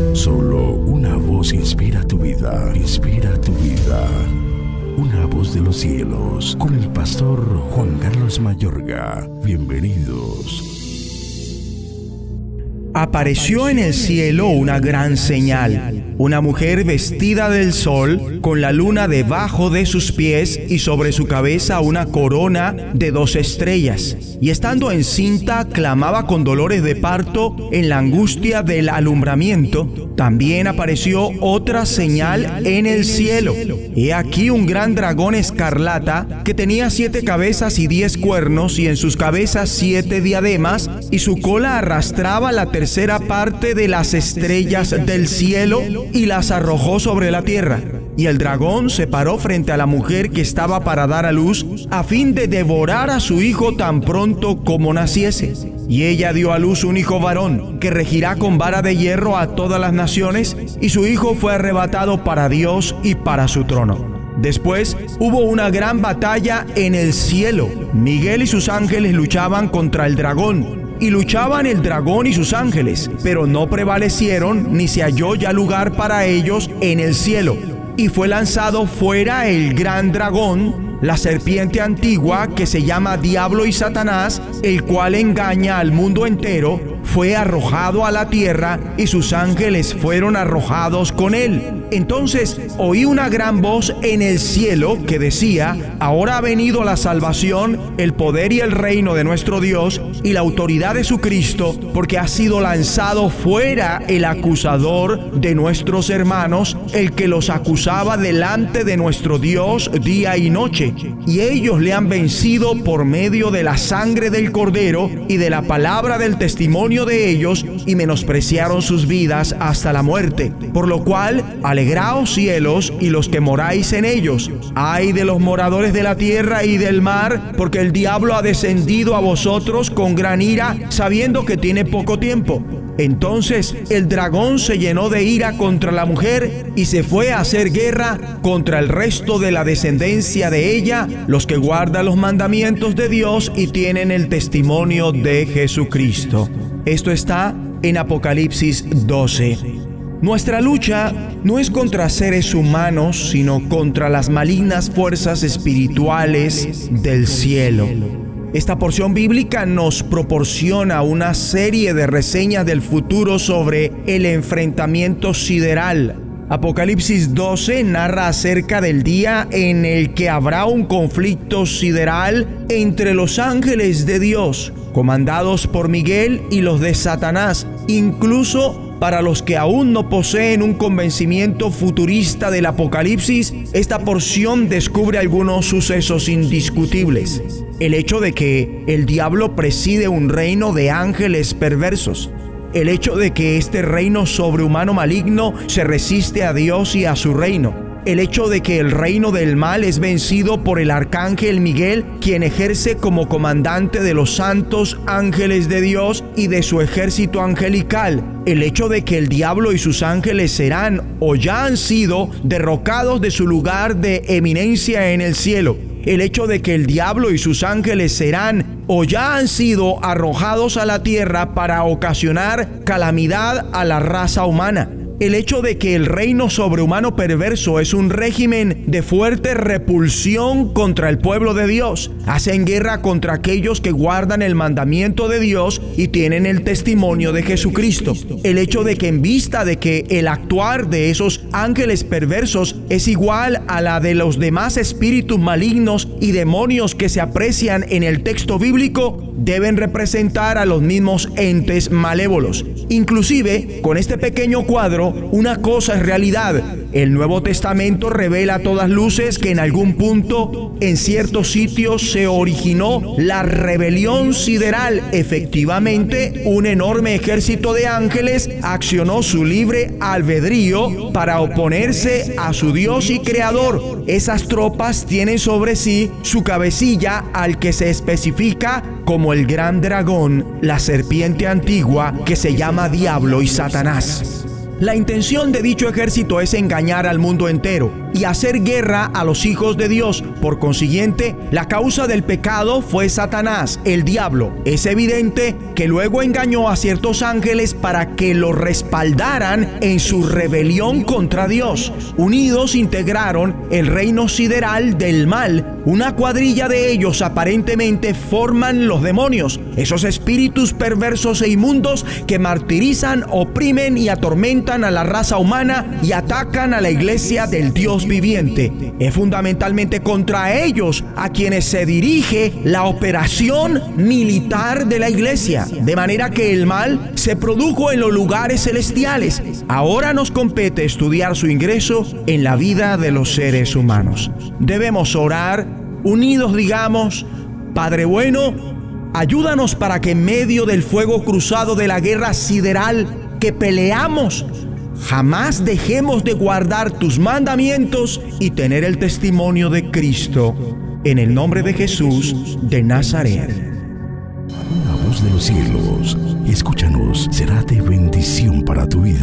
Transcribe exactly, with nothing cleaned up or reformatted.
Solo una voz inspira tu vida, inspira tu vida. Una voz de los cielos, con el pastor Juan Carlos Mayorga. Bienvenidos. Apareció en el cielo una gran señal, una mujer vestida del sol, con la luna debajo de sus pies y sobre su cabeza una corona de dos estrellas. Y estando encinta, clamaba con dolores de parto en la angustia del alumbramiento. También apareció otra señal en el cielo. He aquí un gran dragón escarlata que tenía siete cabezas y diez cuernos, y en sus cabezas siete diademas, y su cola arrastraba la tercera parte de las estrellas del cielo y las arrojó sobre la tierra. Y el dragón se paró frente a la mujer que estaba para dar a luz, a fin de devorar a su hijo tan pronto como naciese. Y ella dio a luz un hijo varón, que regirá con vara de hierro a todas las naciones, y su hijo fue arrebatado para Dios y para su trono. Después hubo una gran batalla en el cielo. Miguel y sus ángeles luchaban contra el dragón. Y luchaban el dragón y sus ángeles, pero no prevalecieron, ni se halló ya lugar para ellos en el cielo. Y fue lanzado fuera el gran dragón, la serpiente antigua, que se llama Diablo y Satanás, el cual engaña al mundo entero. Fue arrojado a la tierra, y sus ángeles fueron arrojados con él. Entonces oí una gran voz en el cielo que decía: ahora ha venido la salvación, el poder y el reino de nuestro Dios y la autoridad de su Cristo, porque ha sido lanzado fuera el acusador de nuestros hermanos, el que los acusaba delante de nuestro Dios día y noche. Y ellos le han vencido por medio de la sangre del Cordero y de la palabra del testimonio de ellos, y menospreciaron sus vidas hasta la muerte. Por lo cual, alegraos cielos y los que moráis en ellos. Ay de los moradores de la tierra y del mar, porque el diablo ha descendido a vosotros con gran ira, sabiendo que tiene poco tiempo. Entonces el dragón se llenó de ira contra la mujer y se fue a hacer guerra contra el resto de la descendencia de ella, los que guardan los mandamientos de Dios y tienen el testimonio de Jesucristo. Esto está en Apocalipsis doce. Nuestra lucha no es contra seres humanos, sino contra las malignas fuerzas espirituales del cielo. Esta porción bíblica nos proporciona una serie de reseñas del futuro sobre el enfrentamiento sideral. Apocalipsis doce narra acerca del día en el que habrá un conflicto sideral entre los ángeles de Dios, comandados por Miguel, y los de Satanás. Incluso para los que aún no poseen un convencimiento futurista del Apocalipsis, esta porción descubre algunos sucesos indiscutibles. El hecho de que el diablo preside un reino de ángeles perversos. El hecho de que este reino sobrehumano maligno se resiste a Dios y a su reino. El hecho de que el reino del mal es vencido por el arcángel Miguel, quien ejerce como comandante de los santos ángeles de Dios y de su ejército angelical. El hecho de que el diablo y sus ángeles serán o ya han sido derrocados de su lugar de eminencia en el cielo. El hecho de que el diablo y sus ángeles serán o ya han sido arrojados a la tierra para ocasionar calamidad a la raza humana. El hecho de que el reino sobrehumano perverso es un régimen de fuerte repulsión contra el pueblo de Dios. Hacen guerra contra aquellos que guardan el mandamiento de Dios y tienen el testimonio de Jesucristo. El hecho de que en vista de que el actuar de esos ángeles perversos es igual a la de los demás espíritus malignos y demonios que se aprecian en el texto bíblico, deben representar a los mismos entes malévolos. Inclusive, con este pequeño cuadro, una cosa es realidad. El Nuevo Testamento revela a todas luces que en algún punto, en ciertos sitios, se originó la rebelión sideral. Efectivamente, un enorme ejército de ángeles accionó su libre albedrío para oponerse a su Dios y Creador. Esas tropas tienen sobre sí su cabecilla, al que se especifica como el gran dragón, la serpiente antigua, que se llama Diablo y Satanás. La intención de dicho ejército es engañar al mundo entero y hacer guerra a los hijos de Dios. Por consiguiente, la causa del pecado fue Satanás, el diablo. Es evidente que luego engañó a ciertos ángeles para que lo respaldaran en su rebelión contra Dios. Unidos integraron el reino sideral del mal. Una cuadrilla de ellos aparentemente forman los demonios, esos espíritus perversos e inmundos que martirizan, oprimen y atormentan a la raza humana y atacan a la iglesia del Dios viviente. Es fundamentalmente contra ellos a quienes se dirige la operación militar de la iglesia, de manera que el mal se produjo en los lugares celestiales. Ahora nos compete estudiar su ingreso en la vida de los seres humanos. Debemos orar unidos, digamos: Padre bueno, ayúdanos para que en medio del fuego cruzado de la guerra sideral que peleamos, jamás dejemos de guardar tus mandamientos y tener el testimonio de Cristo. En el nombre de Jesús de Nazaret. Una voz de los cielos, escúchanos, será de bendición para tu vida.